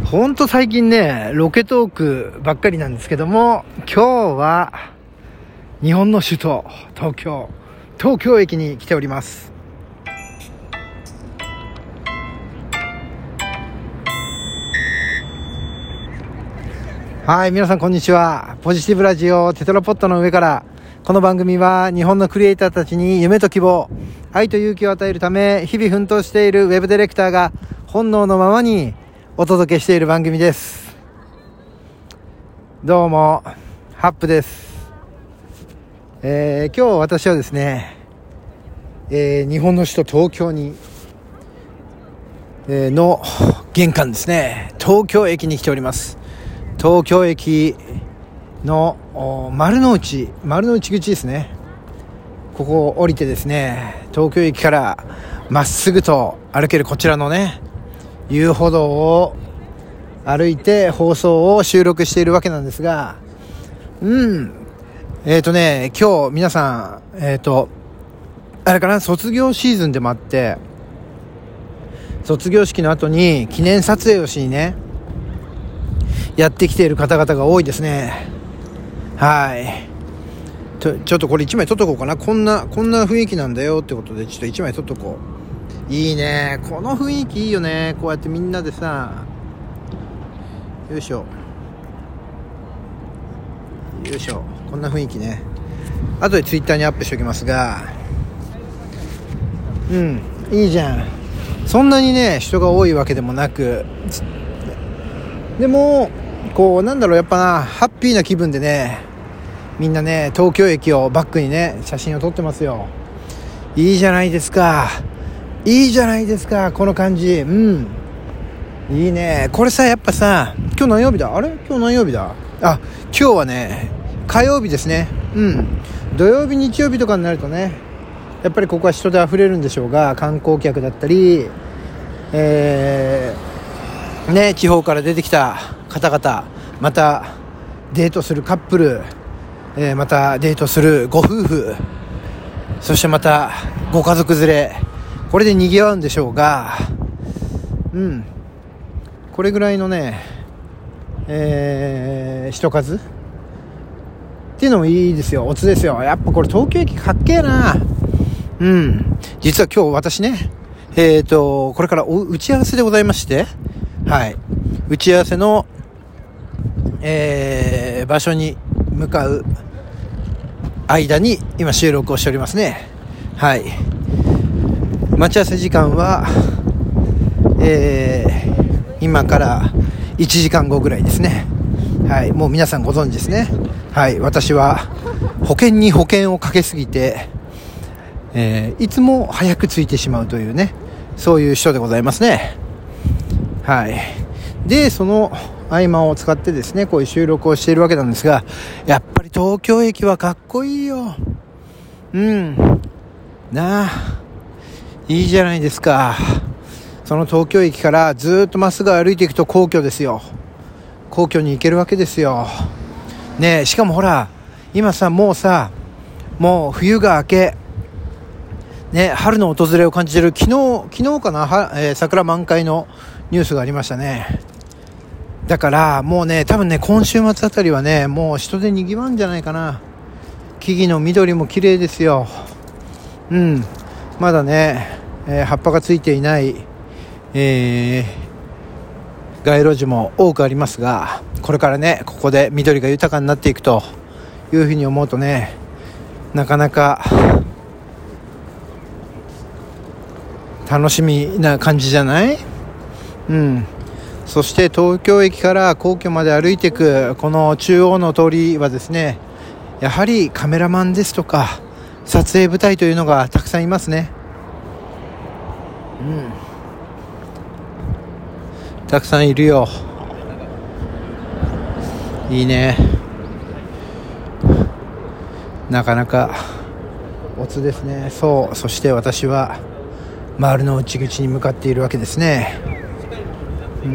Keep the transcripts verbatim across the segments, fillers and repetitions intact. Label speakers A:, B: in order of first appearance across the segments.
A: ほんと最近ねロケトークばっかりなんですけども、今日は日本の首都東京東京駅に来ております。はい、皆さんこんにちは。ポジティブラジオテトラポットの上から、この番組は日本のクリエイターたちに夢と希望、愛と勇気を与えるため日々奮闘しているウェブディレクターが本能のままにお届けしている番組です。どうもハップです。えー、今日私はですね、えー、日本の首都東京に、えー、の玄関ですね、東京駅に来ております。東京駅の丸の内丸の内口ですね。ここを降りてですね、東京駅からまっすぐと歩けるこちらのね遊歩道を歩いて放送を収録しているわけなんですが、うんえーとね今日皆さんえーとあれかな、卒業シーズンでもあって、卒業式の後に記念撮影をしにねやってきている方々が多いですね。はいとちょっとこれいちまい撮っとこうかな。こんなこんな雰囲気なんだよってことで、ちょっといちまい撮っとこう。いいね、この雰囲気いいよね。こうやってみんなでさ、よいしょよいしょ、こんな雰囲気ね。後でツイッターにアップしておきますが、うんいいじゃん。そんなにね人が多いわけでもなく、でもこうなんだろう、やっぱなハッピーな気分でね、みんなね東京駅をバックにね写真を撮ってますよ。いいじゃないですか、いいじゃないですか、この感じ。うんいいね。これさ、やっぱさ、今日何曜日だ、あれ今日何曜日だ、あ今日はね火曜日ですね。うん土曜日日曜日とかになるとね、やっぱりここは人で溢れるんでしょうが、観光客だったり、えー、ね地方から出てきた方々、またデートするカップル、えー、またデートするご夫婦、そしてまたご家族連れ、これで賑わうんでしょうが、うんこれぐらいのね、えー、人数っていうのもいいですよ。オツですよ。やっぱこれ東京駅かっけえな。うん実は今日私ね、えーとこれからお打ち合わせでございまして、はい打ち合わせの、えー、場所に向かう間に今収録をしておりますね。はい待ち合わせ時間は、えー、今からいちじかんごぐらいですね。はいもう皆さんご存知ですね。はい私は保険に保険をかけすぎて、えー、いつも早く着いてしまうというね、そういう人でございますね。はいでその合間を使ってですね、こういう収録をしているわけなんですが、やっぱり東京駅はかっこいいよ。うんなあいいじゃないですか。その東京駅からずっとまっすぐ歩いていくと皇居ですよ。皇居に行けるわけですよねえ。しかもほら今さ、もうさもう冬が明けね、春の訪れを感じてる。昨日昨日かな、は、えー、桜満開のニュースがありましたね。だからもうね多分ね今週末あたりはねもう人で賑わうんじゃないかな。木々の緑も綺麗ですよ。うんまだね、えー、葉っぱがついていない、えー、街路樹も多くありますが、これからねここで緑が豊かになっていくというふうに思うとね、なかなか楽しみな感じじゃない？うんそして東京駅から皇居まで歩いていくこの中央の通りはですね、やはりカメラマンですとか撮影部隊というのがたくさんいますね。うんたくさんいるよ。いいね、なかなかオツですね。そうそして私は丸の内口に向かっているわけですね。うん、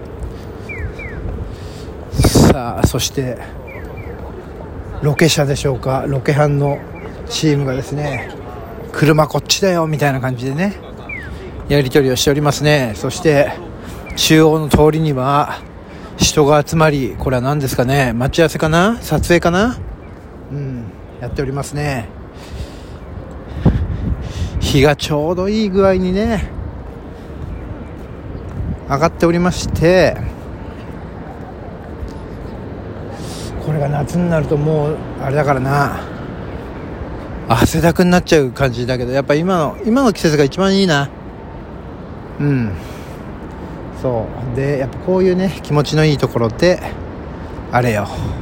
A: さあそしてロケ車でしょうか、ロケハンの シーエム がですね、車こっちだよみたいな感じでねやり取りをしておりますね。そして中央の通りには人が集まり、これは何ですかね、待ち合わせかな、撮影かな、うん、やっておりますね。日がちょうどいい具合にね上がっておりまして、これが夏になるともうあれだからな、汗だくになっちゃう感じだけど、やっぱ今の今の季節が一番いいな。うん、そうで、やっぱこういうね気持ちのいいところであれよ、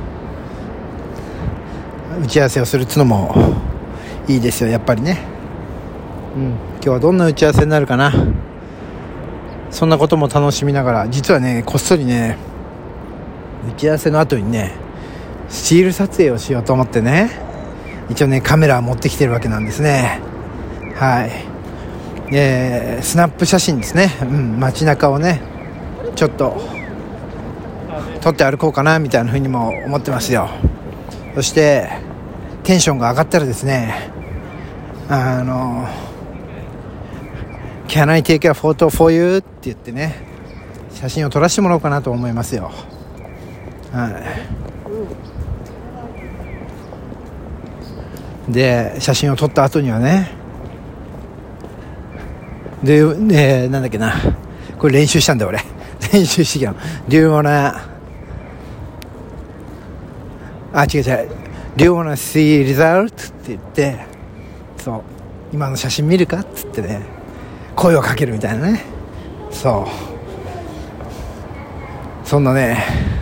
A: 打ち合わせをするっつのもいいですよ、やっぱりね。うん、今日はどんな打ち合わせになるかな、そんなことも楽しみながら、実はねこっそりね打ち合わせの後にねスチール撮影をしようと思ってね、一応ねカメラを持ってきてるわけなんですね。はい、えー、スナップ写真ですね、うん、街中をねちょっと撮って歩こうかなみたいな風にも思ってますよ。そしてテンションが上がったらですね、あの Can I take a photo for you? って言ってね写真を撮らせてもらおうかなと思いますよ。はい、で写真を撮った後にはね、で、ね、なんだっけな、これ練習したんだよ俺練習してきたの。 Do you wanna あ違う違う Do you wanna see result? って言って、そう今の写真見るかっつってね声をかけるみたいなね、そうそんなね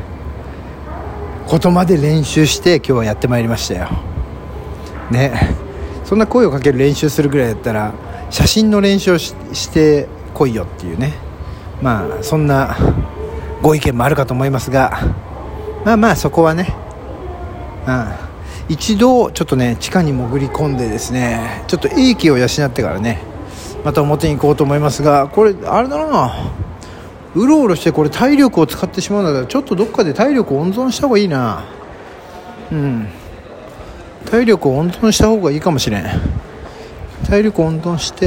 A: ことまで練習して今日はやってまいりましたよね。そんな声をかける練習するぐらいだったら写真の練習を し, してこいよっていうね、まあそんなご意見もあるかと思いますが、まあまあそこはね、うん、一度ちょっとね地下に潜り込んでですね、ちょっと英気を養ってからねまた表に行こうと思いますが、これあれだな、うろうろしてこれ体力を使ってしまうので、ちょっとどっかで体力を温存した方がいいな。うん、体力を温存した方がいいかもしれん。体力を温存して、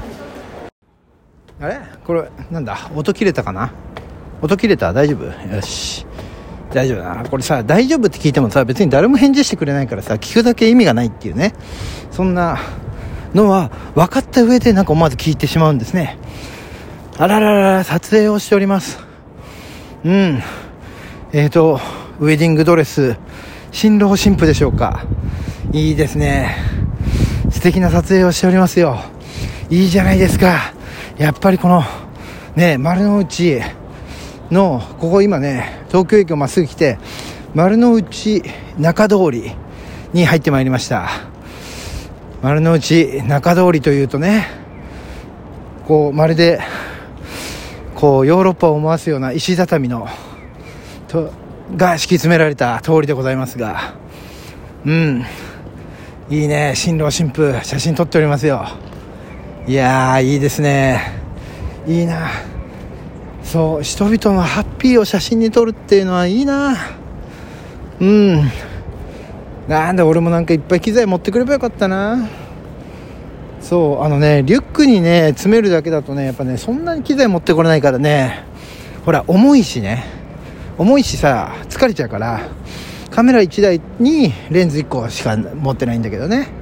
A: あれこれなんだ、音切れたかな、音切れた、大丈夫、よし大丈夫だな。これさ、大丈夫って聞いてもさ別に誰も返事してくれないからさ、聞くだけ意味がないっていうね、そんなのは分かった上でなんか思わず聞いてしまうんですね。あらららら、撮影をしております。うん、えーとウェディングドレス、新郎新婦でしょうか。いいですね、素敵な撮影をしておりますよ。いいじゃないですか。やっぱりこのね丸の内のここ今ね東京駅をまっすぐ来て丸の内中通りに入ってまいりました。丸の内中通りというとね、こうまるでこうヨーロッパを思わすような石畳のとが敷き詰められた通りでございますが、うんいいね、新郎新婦写真撮っておりますよ。いやーいいですね、いいな。そう人々のハッピーを写真に撮るっていうのはいいな。うんなんで俺もなんかいっぱい機材持ってくればよかったな。そうあのねリュックにね詰めるだけだとねやっぱねそんなに機材持ってこれないからね、ほら重いしね、重いしさ疲れちゃうからカメラいちだいにレンズいっこしか持ってないんだけどね。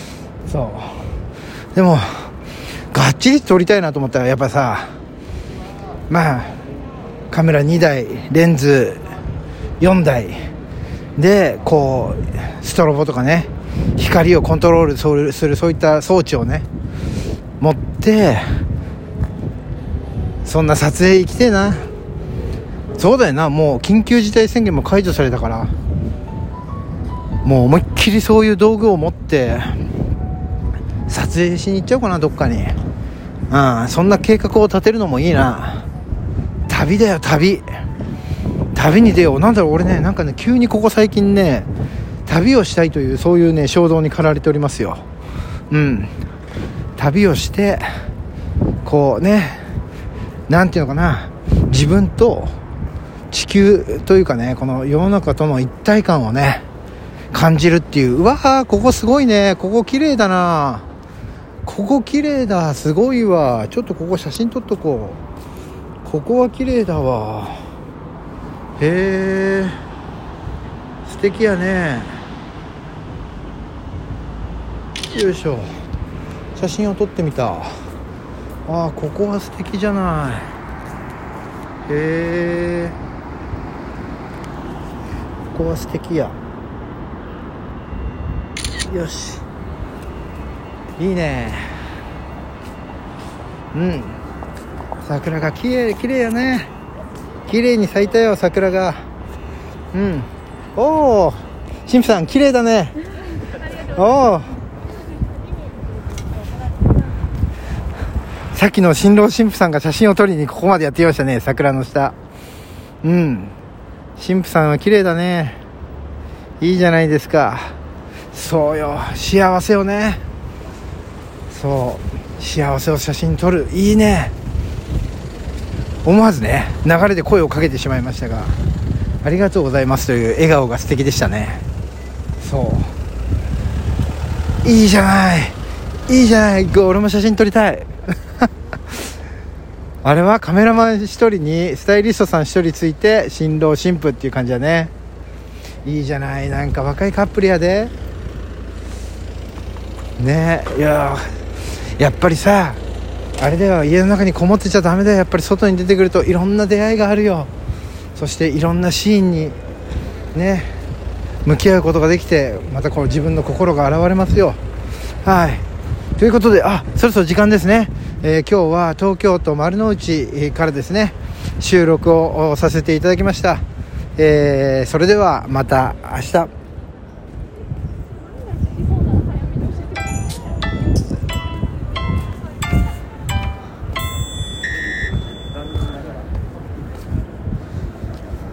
A: そうでもがっちり撮りたいなと思ったらやっぱさ、まあカメラにだいレンズよんだいでこうストロボとかね光をコントロールするそういった装置をね持ってそんな撮影行きてえな。そうだよな、もう緊急事態宣言も解除されたからもう思いっきりそういう道具を持って撮影しに行っちゃおうかなどっかに。うん、そんな計画を立てるのもいいな。旅だよ旅旅に出よう。なんだろう俺ね、なんかね急にここ最近ね旅をしたいというそういうね衝動に駆られておりますよ。うん旅をしてこうねなんていうのかな、自分と地球というかねこの世の中との一体感をね感じるっていう。うわーここすごいね、ここ綺麗だな、ここ綺麗だ、すごいわ、ちょっとここ写真撮っとこう。 ここは綺麗だわ。へえ、素敵やね。よいしょ、写真を撮ってみた。ああ、ここは素敵じゃない。へえ、ここは素敵や。よし、いいね。うん、桜が綺麗綺麗やね。綺麗に咲いたよ、桜が。うん、おお、神父さん綺麗だね。おお、さっきの新郎神父さんが写真を撮りにここまでやっていましたね、桜の下。うん、神父さんは綺麗だね。いいじゃないですか。そうよ、幸せをね。そう、幸せを写真撮る、いいね。思わずね、流れで声をかけてしまいましたが、ありがとうございますという笑顔が素敵でしたね。そう、いいじゃない、いいじゃない、俺も写真撮りたいあれはカメラマン一人にスタイリストさん一人ついて新郎新婦っていう感じだね。いいじゃない、なんか若いカップルやでね。いややっぱりさ、あれだよ、家の中にこもってちゃダメだよ。やっぱり外に出てくるといろんな出会いがあるよ。そしていろんなシーンにね向き合うことができて、またこう自分の心が現れますよ。はい、ということで、あ、そろそろ時間ですね。えー、今日は東京都丸の内からですね収録をさせていただきました。えー、それではまた明日。